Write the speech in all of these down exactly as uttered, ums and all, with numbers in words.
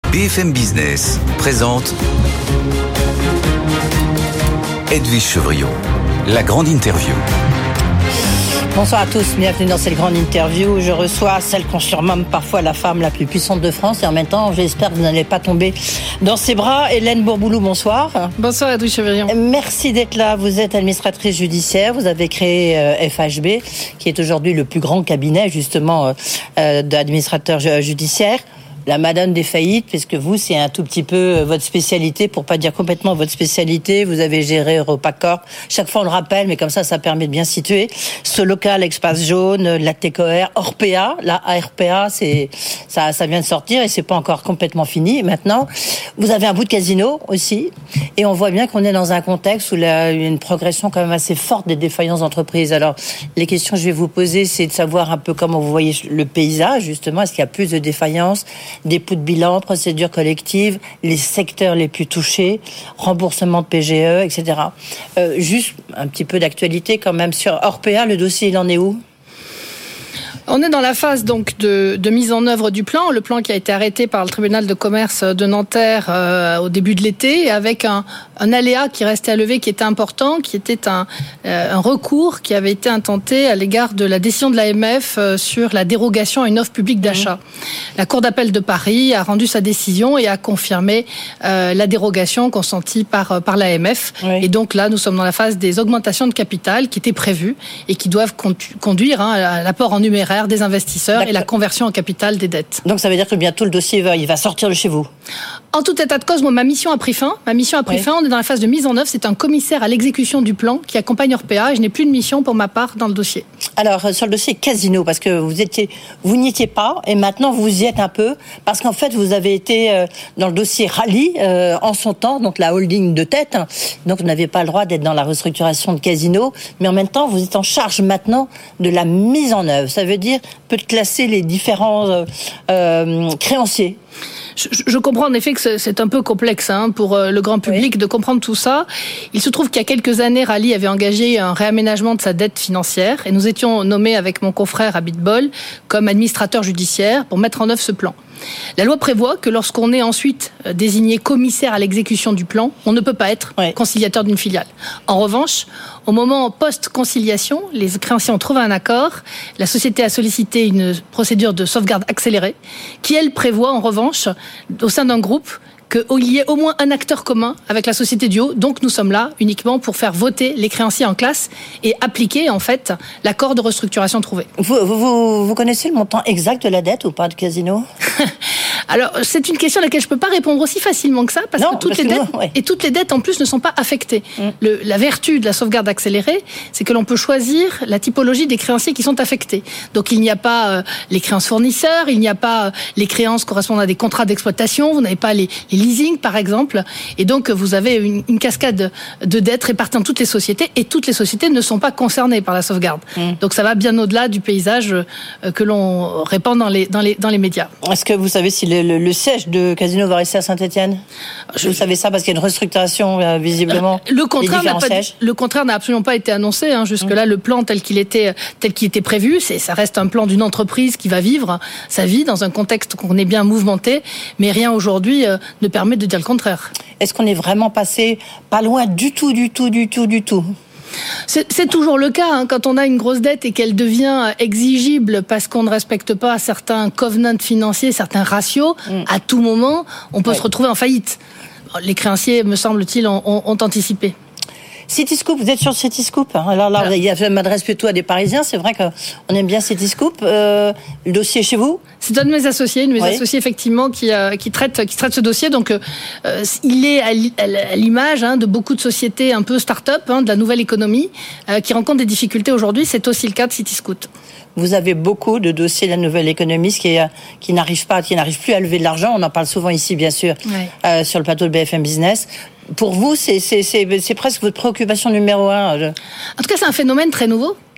B F M Business présente Edwige Chevrillon, la grande interview. Bonsoir à tous, bienvenue dans cette grande interview. Je reçois celle qu'on surnomme parfois la femme la plus puissante de France et en même temps, j'espère que vous n'allez pas tomber dans ses bras. Hélène Bourboulou, bonsoir. Bonsour Edwige Chevrillon. Merci d'être là. Vous êtes administratrice judiciaire. Vous avez créé euh, F H B, qui est aujourd'hui le plus grand cabinet justement euh, d'administrateurs judiciaires. La madame des faillites, parce que vous, c'est un tout petit peu votre spécialité, pour pas dire complètement votre spécialité. Vous avez géré EuropaCorp. Chaque fois, on le rappelle, mais comme ça, ça permet de bien situer. Solocal, Espace Jaune, la T C O R, Orpea. La A R P A, c'est, ça, ça vient de sortir et c'est pas encore complètement fini. Maintenant, vous avez un bout de casino aussi. Et on voit bien qu'on est dans un contexte où il y a une progression quand même assez forte des défaillances d'entreprises. Alors, les questions que je vais vous poser, c'est de savoir un peu comment vous voyez le paysage, justement. Est-ce qu'il y a plus de défaillances? Dépôt de bilan, procédure collective, les secteurs les plus touchés, remboursement de P G E, et cetera. Euh, juste un petit peu d'actualité quand même sur Orpea, le dossier, il en est où ? On est dans la phase donc de, de mise en œuvre du plan, le plan qui a été arrêté par le tribunal de commerce de Nanterre euh, au début de l'été, avec un, un aléa qui restait à lever, qui était important, qui était un, euh, un recours qui avait été intenté à l'égard de la décision de l'A M F euh, sur la dérogation à une offre publique d'achat. Mmh. La Cour d'appel de Paris a rendu sa décision et a confirmé euh, la dérogation consentie par, par l'A M F. Oui. Et donc là, nous sommes dans la phase des augmentations de capital qui étaient prévues et qui doivent conduire hein, à l'apport en numéraire des investisseurs. D'accord. Et la conversion en capital des dettes. Donc ça veut dire que bientôt le dossier va, il va sortir de chez vous. En tout état de cause, moi, ma mission a pris fin. Ma mission a pris oui. fin. On est dans la phase de mise en œuvre. C'est un commissaire à l'exécution du plan qui accompagne Orpea. Et je n'ai plus de mission pour ma part dans le dossier. Alors sur le dossier casino, parce que vous étiez, vous n'y étiez pas, et maintenant vous y êtes un peu, parce qu'en fait vous avez été euh, dans le dossier Rallye euh, en son temps, donc la holding de tête. Donc vous n'avez pas le droit d'être dans la restructuration de casino, mais en même temps vous êtes en charge maintenant de la mise en œuvre. Ça veut dire peut classer les différents euh, euh, créanciers. Je, je comprends en effet que c'est un peu complexe hein, pour le grand public oui. de comprendre tout ça. Il se trouve qu'il y a quelques années, Rallye avait engagé un réaménagement de sa dette financière et nous étions nommés avec mon confrère à Bitbol comme administrateur judiciaire pour mettre en œuvre ce plan. La loi prévoit que lorsqu'on est ensuite désigné commissaire à l'exécution du plan, on ne peut pas être ouais. conciliateur d'une filiale. En revanche, au moment post-conciliation, les créanciers ont trouvé un accord. La société a sollicité une procédure de sauvegarde accélérée qui, elle, prévoit en revanche, au sein d'un groupe, qu'il y ait au moins un acteur commun avec la société du haut. Donc nous sommes là uniquement pour faire voter les créanciers en classe et appliquer en fait l'accord de restructuration trouvé. Vous, vous, vous connaissez le montant exact de la dette ou pas de casino ? Alors c'est une question à laquelle je ne peux pas répondre aussi facilement que ça parce non, que toutes parce les que dettes non, ouais. et toutes les dettes en plus ne sont pas affectées. Mmh. Le, la vertu de la sauvegarde accélérée, c'est que l'on peut choisir la typologie des créanciers qui sont affectés. Donc il n'y a pas euh, les créances fournisseurs, il n'y a pas euh, les créances correspondant à des contrats d'exploitation, vous n'avez pas les, les leasing par exemple, et donc vous avez une, une cascade de dettes réparties dans toutes les sociétés et toutes les sociétés ne sont pas concernées par la sauvegarde. Mmh. Donc ça va bien au-delà du paysage que l'on répand dans les, dans les, dans les médias. Est-ce que vous savez si le, le, le siège de Casino va rester à Saint-Étienne ? Je... Vous savez ça parce qu'il y a une restructuration euh, visiblement. Le contraire, n'a pas, le contraire n'a absolument pas été annoncé. Hein. Jusque-là, mmh. le plan tel qu'il était, tel qu'il était prévu, c'est, ça reste un plan d'une entreprise qui va vivre sa vie dans un contexte qu'on est bien mouvementé, mais rien aujourd'hui euh, ne permet de dire le contraire. Est-ce qu'on est vraiment passé pas loin du tout, du tout, du tout, du tout ? C'est, c'est toujours le cas hein, quand on a une grosse dette et qu'elle devient exigible parce qu'on ne respecte pas certains covenants financiers, certains ratios, mmh. à tout moment, on peut ouais. se retrouver en faillite. Les créanciers, me semble-t-il, ont, ont, ont anticipé. Cityscoop, vous êtes sur Cityscoop. Alors là, voilà. Je m'adresse plutôt à des Parisiens. C'est vrai qu'on aime bien Cityscoop. Euh, le dossier chez vous ? C'est un de mes associés, une de mes oui. associés effectivement qui, euh, qui traite qui traite ce dossier. Donc, euh, il est à l'image hein, de beaucoup de sociétés un peu start-up, hein, de la nouvelle économie, euh, qui rencontrent des difficultés aujourd'hui. C'est aussi le cas de Cityscoop. Vous avez beaucoup de dossiers de la nouvelle économie qui, qui n'arrivent pas, qui n'arrivent plus à lever de l'argent. On en parle souvent ici, bien sûr, ouais. euh, sur le plateau de B F M Business. Pour vous, c'est, c'est, c'est, c'est presque votre préoccupation numéro un. En tout cas, c'est un phénomène très nouveau.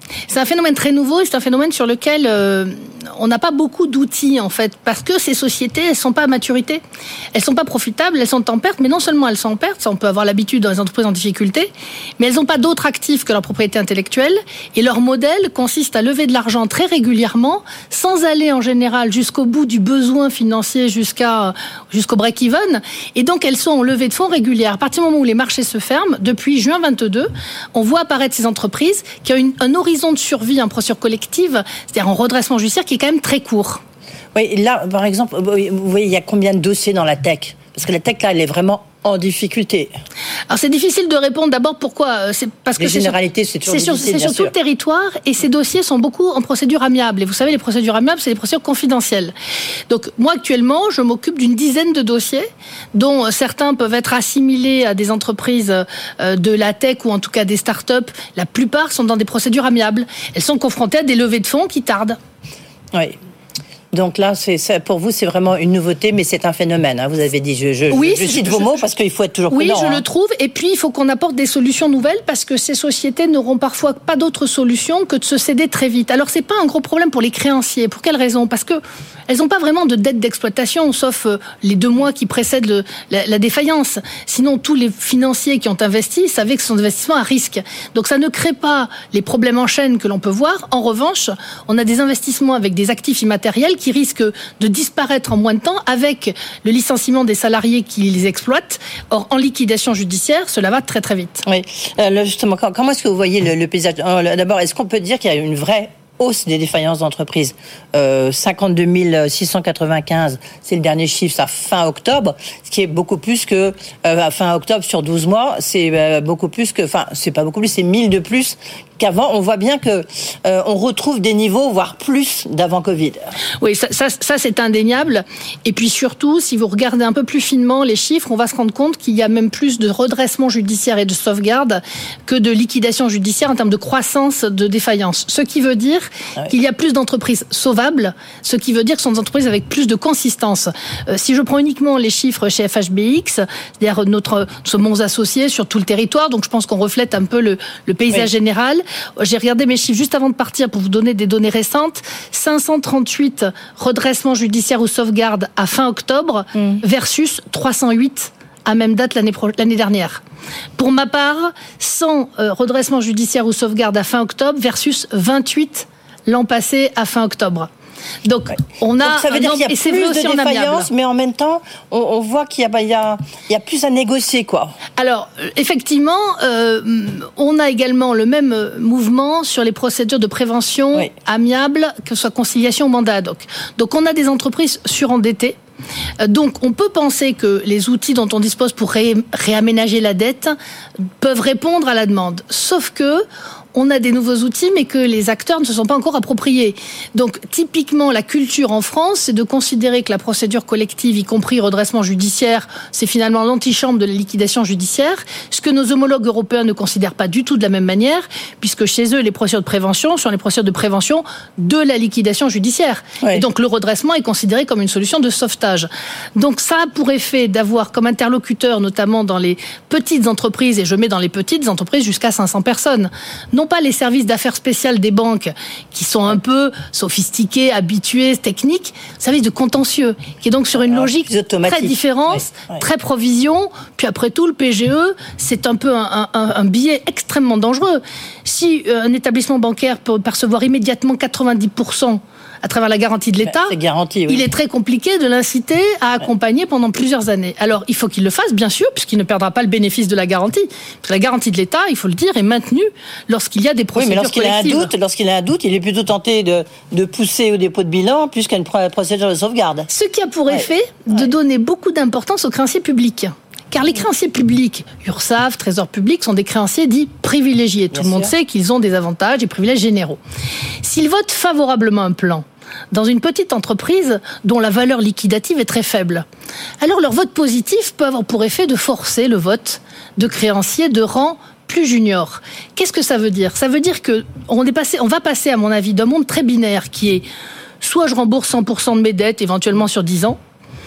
C'est un phénomène très nouveau et c'est un phénomène sur lequel euh, on n'a pas beaucoup d'outils en fait, parce que ces sociétés, elles sont pas à maturité, elles sont pas profitables, elles sont en perte, mais non seulement elles sont en perte, ça on peut avoir l'habitude dans les entreprises en difficulté, mais elles n'ont pas d'autres actifs que leur propriété intellectuelle et leur modèle consiste à lever de l'argent très régulièrement, sans aller en général jusqu'au bout du besoin financier, jusqu'à jusqu'au break-even, et donc elles sont en levée de fonds régulière. À partir du moment où les marchés se ferment, depuis juin vingt-deux, on voit apparaître ces entreprises qui ont une, un horizon de survie en procédure collective, c'est-à-dire en redressement judiciaire qui est quand même très court. Oui, là, par exemple, vous voyez, il y a combien de dossiers dans la tech ? Parce que la tech, là, elle est vraiment en difficulté. Alors, c'est difficile de répondre. D'abord, pourquoi ? C'est parce que les généralités, c'est toujours c'est difficile, sur, c'est sur tout le territoire et ces dossiers sont beaucoup en procédure amiable. Et vous savez, les procédures amiables, c'est des procédures confidentielles. Donc, moi, actuellement, je m'occupe d'une dizaine de dossiers dont certains peuvent être assimilés à des entreprises de la tech ou en tout cas des start-up. La plupart sont dans des procédures amiables. Elles sont confrontées à des levées de fonds qui tardent. Oui. Donc là, c'est, c'est, pour vous, c'est vraiment une nouveauté, mais c'est un phénomène. Hein, vous avez dit, je, je, oui, je cite vos mots parce qu'il faut être toujours oui, prudent. Oui, je hein. le trouve. Et puis, il faut qu'on apporte des solutions nouvelles parce que ces sociétés n'auront parfois pas d'autre solution que de se céder très vite. Alors, c'est pas un gros problème pour les créanciers. Pour quelle raison ? Parce que elles n'ont pas vraiment de dette d'exploitation, sauf les deux mois qui précèdent le, la, la défaillance. Sinon, tous les financiers qui ont investi savaient que ce sont des investissements à risque. Donc, ça ne crée pas les problèmes en chaîne que l'on peut voir. En revanche, on a des investissements avec des actifs immatériels qui risquent de disparaître en moins de temps avec le licenciement des salariés qui les exploitent. Or, en liquidation judiciaire, cela va très très vite. Oui, euh, là, justement, comment est-ce que vous voyez le, le paysage ? D'abord, est-ce qu'on peut dire qu'il y a une vraie hausse des défaillances d'entreprises ? euh, cinquante-deux mille six cent quatre-vingt-quinze, c'est le dernier chiffre, ça fin octobre, ce qui est beaucoup plus que euh, fin octobre sur douze mois, c'est euh, beaucoup plus que, enfin, c'est pas beaucoup plus, c'est mille de plus qu'avant. On voit bien que euh, on retrouve des niveaux, voire plus, d'avant Covid. Oui, ça, ça, ça c'est indéniable. Et puis surtout, si vous regardez un peu plus finement les chiffres, on va se rendre compte qu'il y a même plus de redressement judiciaire et de sauvegarde que de liquidation judiciaire en termes de croissance de défaillance. Ce qui veut dire ah oui. qu'il y a plus d'entreprises sauvables, ce qui veut dire que ce sont des entreprises avec plus de consistance. Euh, si je prends uniquement les chiffres chez F H B X, c'est-à-dire notre, ce bons associés sur tout le territoire, donc je pense qu'on reflète un peu le, le paysage oui. général. J'ai regardé mes chiffres juste avant de partir pour vous donner des données récentes. cinq cent trente-huit redressements judiciaires ou sauvegardes à fin octobre mmh. versus trois cent huit à même date l'année, pro- l'année dernière. Pour ma part, cent euh, redressements judiciaires ou sauvegardes à fin octobre versus vingt-huit l'an passé à fin octobre. Donc, ouais. on a Donc, ça veut un dire nombre, qu'il y a plus de défaillances, mais en même temps, on, on voit qu'il y a, bah, il y a, il y a plus à négocier, quoi. Alors, effectivement, euh, on a également le même mouvement sur les procédures de prévention oui. amiables, que ce soit conciliation ou mandat ad hoc. Donc, on a des entreprises surendettées. Donc, on peut penser que les outils dont on dispose pour ré- réaménager la dette peuvent répondre à la demande. Sauf que on a des nouveaux outils, mais que les acteurs ne se sont pas encore appropriés. Donc, typiquement, la culture en France, c'est de considérer que la procédure collective, y compris redressement judiciaire, c'est finalement l'antichambre de la liquidation judiciaire, ce que nos homologues européens ne considèrent pas du tout de la même manière, puisque chez eux, les procédures de prévention sont les procédures de prévention de la liquidation judiciaire. Oui. Et donc, le redressement est considéré comme une solution de sauvetage. Donc, ça a pour effet d'avoir comme interlocuteur, notamment dans les petites entreprises, et je mets dans les petites entreprises jusqu'à cinq cents personnes, non pas les services d'affaires spéciales des banques qui sont un peu sophistiqués, habitués, techniques, services de contentieux, qui est donc sur une logique très différente, ouais, ouais. très provision. Puis après tout, le P G E, c'est un peu un, un, un biais extrêmement dangereux. Si un établissement bancaire peut percevoir immédiatement quatre-vingt-dix pour cent à travers la garantie de l'État, c'est garanti, oui. il est très compliqué de l'inciter à accompagner pendant plusieurs années. Alors, il faut qu'il le fasse, bien sûr, puisqu'il ne perdra pas le bénéfice de la garantie. Parce que la garantie de l'État, il faut le dire, est maintenue lorsqu'il y a des procédures oui, mais lorsqu'il collectives. A un doute, lorsqu'il a un doute, il est plutôt tenté de, de pousser au dépôt de bilan plus qu'à une procédure de sauvegarde. Ce qui a pour ouais. effet de ouais. donner beaucoup d'importance aux créanciers publics. Car les créanciers publics, URSSAF, Trésor public, sont des créanciers dits privilégiés. Tout Bien le monde sûr. Sait qu'ils ont des avantages, des privilèges généraux. S'ils votent favorablement un plan dans une petite entreprise dont la valeur liquidative est très faible, alors leur vote positif peut avoir pour effet de forcer le vote de créanciers de rang plus junior. Qu'est-ce que ça veut dire ? Ça veut dire que on est passé, on va passer, à mon avis, d'un monde très binaire qui est soit je rembourse cent pour cent de mes dettes, éventuellement sur dix ans,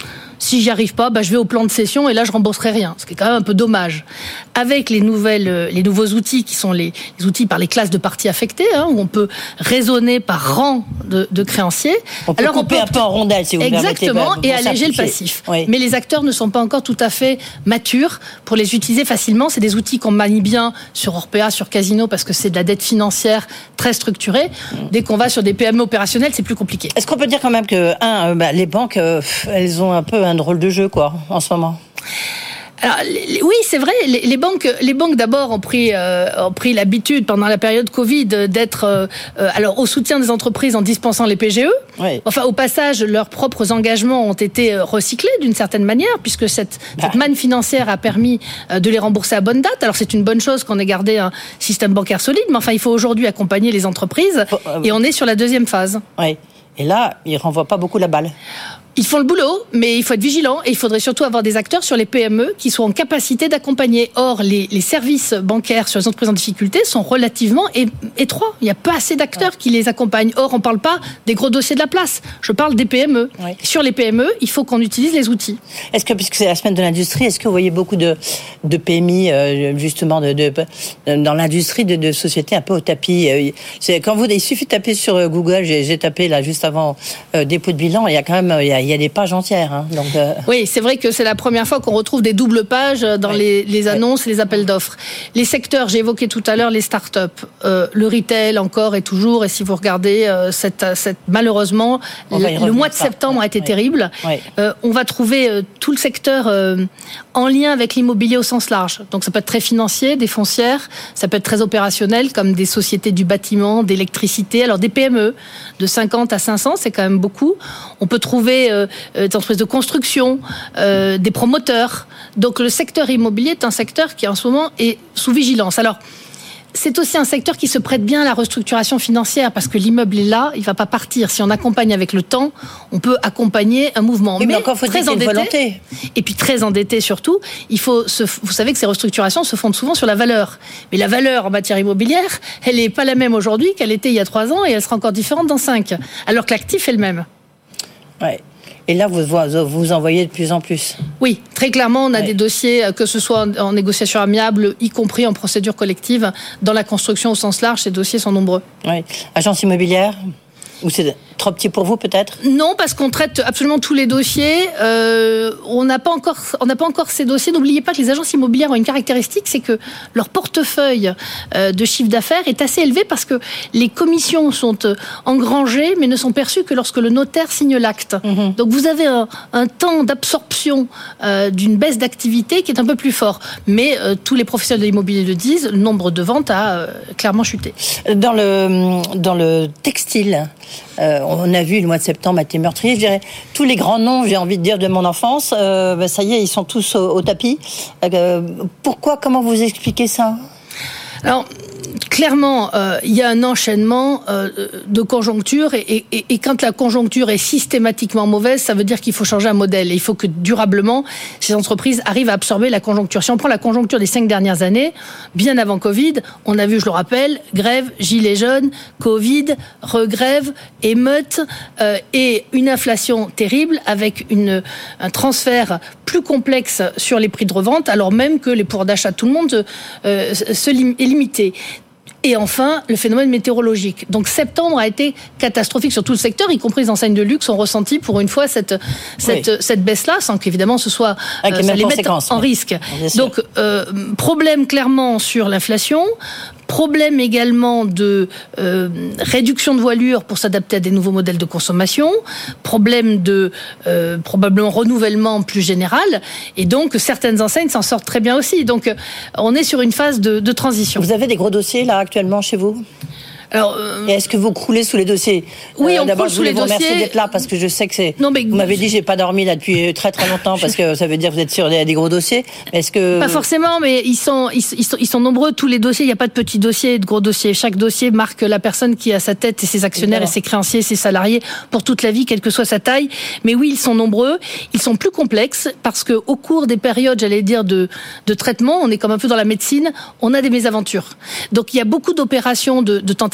Si j'y arrive pas, bah, je vais au plan de cession et là, je rembourserai rien. Ce qui est quand même un peu dommage. Avec les nouvelles, les nouveaux outils qui sont les, les outils par les classes de parties affectées, hein, où on peut raisonner par rang de, de créanciers. On peut Alors, couper on peut un peu en rondelles, si vous exactement, permettez. Exactement, et alléger le passif. Oui. Mais les acteurs ne sont pas encore tout à fait matures pour les utiliser facilement. C'est des outils qu'on manie bien sur Orpea, sur Casino, parce que c'est de la dette financière très structurée. Mmh. Dès qu'on va sur des P M E opérationnelles, c'est plus compliqué. Est-ce qu'on peut dire quand même que, un, euh, bah, les banques, euh, elles ont un peu un drôle de jeu, quoi, en ce moment? Alors, les, oui, c'est vrai. Les, les banques, les banques d'abord ont pris, euh, ont pris l'habitude pendant la période Covid d'être, euh, alors au soutien des entreprises en dispensant les P G E. Oui. Enfin, au passage, leurs propres engagements ont été recyclés d'une certaine manière, puisque cette, bah. cette manne financière a permis de les rembourser à bonne date. Alors, c'est une bonne chose qu'on ait gardé un système bancaire solide, mais enfin, il faut aujourd'hui accompagner les entreprises, oh, euh, et on est sur la deuxième phase. Oui. Et là, ils renvoient pas beaucoup la balle. Ils font le boulot, mais il faut être vigilant et il faudrait surtout avoir des acteurs sur les P M E qui soient en capacité d'accompagner. Or, les, les services bancaires sur les entreprises en difficulté sont relativement é- étroits. Il n'y a pas assez d'acteurs ouais. qui les accompagnent. Or, on ne parle pas des gros dossiers de la place. Je parle des P M E. Ouais. Sur les P M E, il faut qu'on utilise les outils. Est-ce que, puisque c'est la semaine de l'industrie, est-ce que vous voyez beaucoup de, de P M I, euh, justement, de, de, de, dans l'industrie, de, de sociétés un peu au tapis euh, c'est, quand vous, il suffit de taper sur Google, j'ai, j'ai tapé là juste avant euh, dépôt de bilan, il y a quand même... Il y a, il y a des pages entières. Hein, donc euh... Oui, c'est vrai que c'est la première fois qu'on retrouve des doubles pages dans oui. les, les annonces oui. et les appels d'offres. Les secteurs, j'ai évoqué tout à l'heure les startups. Euh, le retail encore et toujours, et si vous regardez, euh, cette, cette, malheureusement, le, le mois de septembre oui. a été oui. terrible. Oui. Euh, on va trouver euh, tout le secteur euh, en lien avec l'immobilier au sens large. Donc ça peut être très financier, des foncières, ça peut être très opérationnel, comme des sociétés du bâtiment, d'électricité. Alors des P M E de cinquante à cinq cents, c'est quand même beaucoup. On peut trouver... Euh, des entreprises de construction, euh, des promoteurs. Donc le secteur immobilier est un secteur qui en ce moment est sous vigilance. Alors c'est aussi un secteur qui se prête bien à la restructuration financière parce que l'immeuble est là, il ne va pas partir. Si on accompagne avec le temps, on peut accompagner un mouvement. Oui, mais, mais encore faut très endetté, volonté. Et puis très endetté surtout. Il faut se, vous savez que ces restructurations se fondent souvent sur la valeur. Mais la valeur en matière immobilière, elle n'est pas la même aujourd'hui qu'elle était il y a trois ans et elle sera encore différente dans cinq. Alors que l'actif est le même. Ouais. Et là, vous vous envoyez de plus en plus. Oui, très clairement, on a oui. des dossiers, que ce soit en négociation amiable, y compris en procédure collective. Dans la construction au sens large, ces dossiers sont nombreux. Oui. Agence immobilière ? Ou c'est trop petit pour vous, peut-être ? Non, parce qu'on traite absolument tous les dossiers. Euh, on n'a pas encore, on n'a pas encore ces dossiers. N'oubliez pas que les agences immobilières ont une caractéristique, c'est que leur portefeuille euh, de chiffre d'affaires est assez élevé parce que les commissions sont euh, engrangées, mais ne sont perçues que lorsque le notaire signe l'acte. Mmh. Donc vous avez un, un temps d'absorption euh, d'une baisse d'activité qui est un peu plus fort. Mais euh, tous les professionnels de l'immobilier le disent, le nombre de ventes a euh, clairement chuté. Dans le dans le textile. Euh, on a vu le mois de septembre a été meurtrier. Je dirais tous les grands noms, j'ai envie de dire, de mon enfance. Euh, ben ça y est, ils sont tous au, au tapis. Euh, pourquoi ? Comment vous expliquez ça ? Alors, clairement, euh, il y a un enchaînement euh, de conjonctures et, et, et quand la conjoncture est systématiquement mauvaise, ça veut dire qu'il faut changer un modèle. Et il faut que durablement, ces entreprises arrivent à absorber la conjoncture. Si on prend la conjoncture des cinq dernières années, bien avant Covid, on a vu, je le rappelle, grève, gilets jaunes, Covid, regrève, émeutes euh, et une inflation terrible avec une, un transfert plus complexe sur les prix de revente, alors même que les pouvoirs d'achat de tout le monde euh, se lim- est limité. Et enfin, le phénomène météorologique. Donc septembre a été catastrophique sur tout le secteur, y compris les enseignes de luxe ont ressenti pour une fois cette cette, oui. cette baisse-là, sans qu'évidemment ce soit euh, ça les mette en risque. Donc euh, problème clairement sur l'inflation. Problème également de euh, réduction de voilure pour s'adapter à des nouveaux modèles de consommation. Problème de euh, probablement renouvellement plus général. Et donc, certaines enseignes s'en sortent très bien aussi. Donc, on est sur une phase de, de transition. Vous avez des gros dossiers, là, actuellement, chez vous ? Alors, euh... Et est-ce que vous croulez sous les dossiers ? Oui, euh, on d'abord, croule sous les dossiers. Merci d'être là parce que je sais que c'est. Non, mais... Vous m'avez dit j'ai pas dormi là depuis très très longtemps parce que ça veut dire que vous êtes sur des, des gros dossiers. Est-ce que pas forcément, mais ils sont ils, ils sont ils sont nombreux tous les dossiers. Il n'y a pas de petits dossiers et de gros dossiers. Chaque dossier marque la personne qui a sa tête et ses actionnaires Évidemment. et ses créanciers, ses salariés pour toute la vie, quelle que soit sa taille. Mais oui, ils sont nombreux. Ils sont plus complexes parce que au cours des périodes, j'allais dire de de traitement, on est comme un peu dans la médecine. On a des mésaventures. Donc il y a beaucoup d'opérations de, de tentatives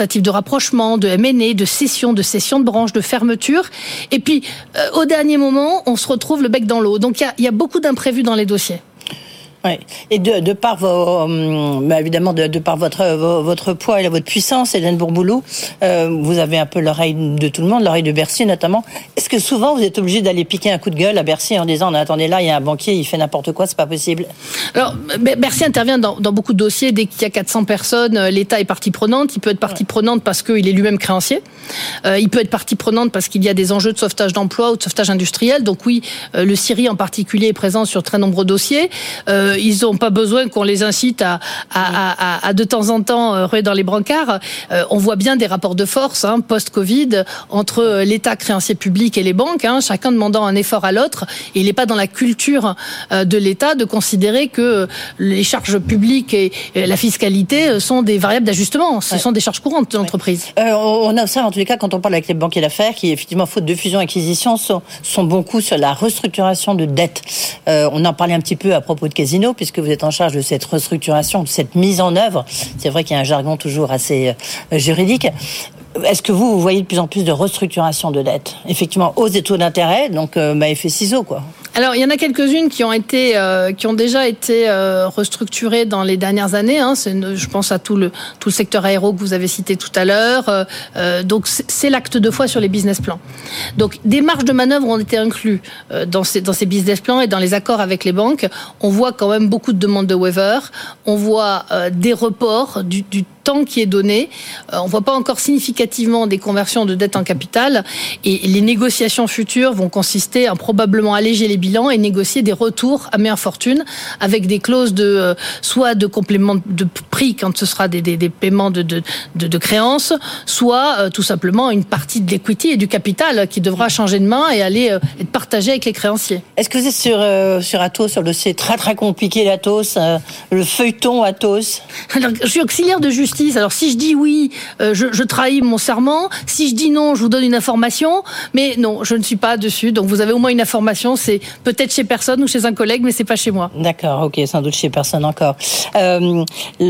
tentatives de rapprochement, de M and A, de cession, de cession de branches, de fermeture. Et puis, euh, au dernier moment, on se retrouve le bec dans l'eau. Donc, il y a, y a beaucoup d'imprévus dans les dossiers. Oui. Et de, de par vos, bah évidemment, de, de par votre votre poids et votre puissance, Hélène Bourboulou, euh, vous avez un peu l'oreille de tout le monde, l'oreille de Bercy notamment. Est-ce que souvent vous êtes obligé d'aller piquer un coup de gueule à Bercy en disant, attendez là, il y a un banquier, il fait n'importe quoi, c'est pas possible? Alors, Bercy intervient dans, dans beaucoup de dossiers. Dès qu'il y a quatre cents personnes, l'État est partie prenante. Il peut être partie ouais. prenante parce qu'il est lui-même créancier. Euh, il peut être partie prenante parce qu'il y a des enjeux de sauvetage d'emploi ou de sauvetage industriel. Donc oui, euh, le C I R I en particulier est présent sur très nombreux dossiers. Euh, Ils n'ont pas besoin qu'on les incite à, à, à, à de temps en temps euh, ruer dans les brancards. Euh, on voit bien des rapports de force hein, post-Covid entre l'État créancier public et les banques, hein, chacun demandant un effort à l'autre. Et il n'est pas dans la culture euh, de l'État de considérer que les charges publiques et la fiscalité sont des variables d'ajustement. Ce ouais. sont des charges courantes de l'entreprise. Ouais. Euh, on observe en tous les cas quand on parle avec les banquiers d'affaires qui, effectivement, faute de fusion-acquisition, sont, sont bons coups sur la restructuration de dettes. Euh, on en parlait un petit peu à propos de Casino, puisque vous êtes en charge de cette restructuration, de cette mise en œuvre. C'est vrai qu'il y a un jargon toujours assez euh, juridique. Est-ce que vous, vous voyez de plus en plus de restructuration de dettes? Effectivement, hausse des taux d'intérêt, donc euh, bah, effet ciseaux, quoi. Alors, il y en a quelques-unes qui ont été, euh, qui ont déjà été euh, restructurées dans les dernières années. Hein. C'est, je pense à tout le tout le secteur aéro que vous avez cité tout à l'heure. Euh, donc, c'est, c'est l'acte de foi sur les business plans. Donc, des marges de manœuvre ont été inclus euh, dans ces dans ces business plans et dans les accords avec les banques. On voit quand même beaucoup de demandes de waiver. On voit euh, des reports du, du temps qui est donné. Euh, on voit pas encore significativement des conversions de dette en capital. Et les négociations futures vont consister à probablement alléger les bilans et négocier des retours à meilleure fortune avec des clauses de euh, soit de complément de prix quand ce sera des, des, des paiements de, de, de, de créances, soit euh, tout simplement une partie de l'equity et du capital qui devra changer de main et aller euh, être partagé avec les créanciers. Est-ce que vous êtes sur, euh, sur Atos, sur le dossier très très compliqué d'Atos, euh, le feuilleton Atos? Alors, je suis auxiliaire de justice. Alors si je dis oui, euh, je, je trahis mon serment. Si je dis non, je vous donne une information. Mais non, je ne suis pas dessus. Donc vous avez au moins une information. C'est peut-être chez personne ou chez un collègue, mais c'est pas chez moi. D'accord, ok, sans doute chez personne encore. Euh,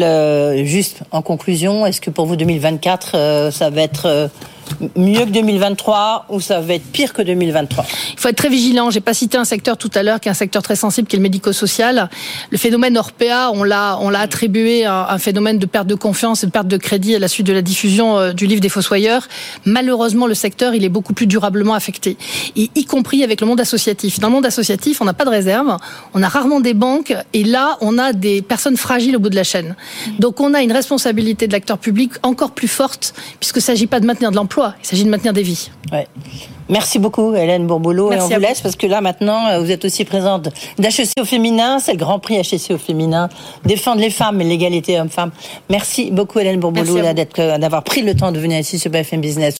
le, juste en conclusion, est-ce que pour vous deux mille vingt-quatre, euh, ça va être euh, mieux que deux mille vingt-trois ou ça va être pire que deux mille vingt-trois? Il faut être très vigilant. J'ai pas cité un secteur tout à l'heure qui est un secteur très sensible, qui est le médico-social. Le phénomène Orpea, on l'a, on l'a attribué à un phénomène de perte de confiance et de perte de crédit à la suite de la diffusion du livre des Fossoyeurs. Malheureusement, le secteur, il est beaucoup plus durablement affecté, et y compris avec le monde associatif. Dans le monde associatif, on n'a pas de réserve, on a rarement des banques, et là, on a des personnes fragiles au bout de la chaîne. Donc, on a une responsabilité de l'acteur public encore plus forte, puisqu'il ne s'agit pas de maintenir de l'emploi, il s'agit de maintenir des vies. Ouais. Merci beaucoup, Hélène Bourboulou. Merci et on vous laisse vous. Parce que là, maintenant, vous êtes aussi présente d'H E C au féminin. C'est le Grand Prix H E C au féminin. Défendre les femmes et l'égalité homme-femme. Merci beaucoup, Hélène Bourboulou, d'être, d'avoir pris le temps de venir ici sur B F M Business.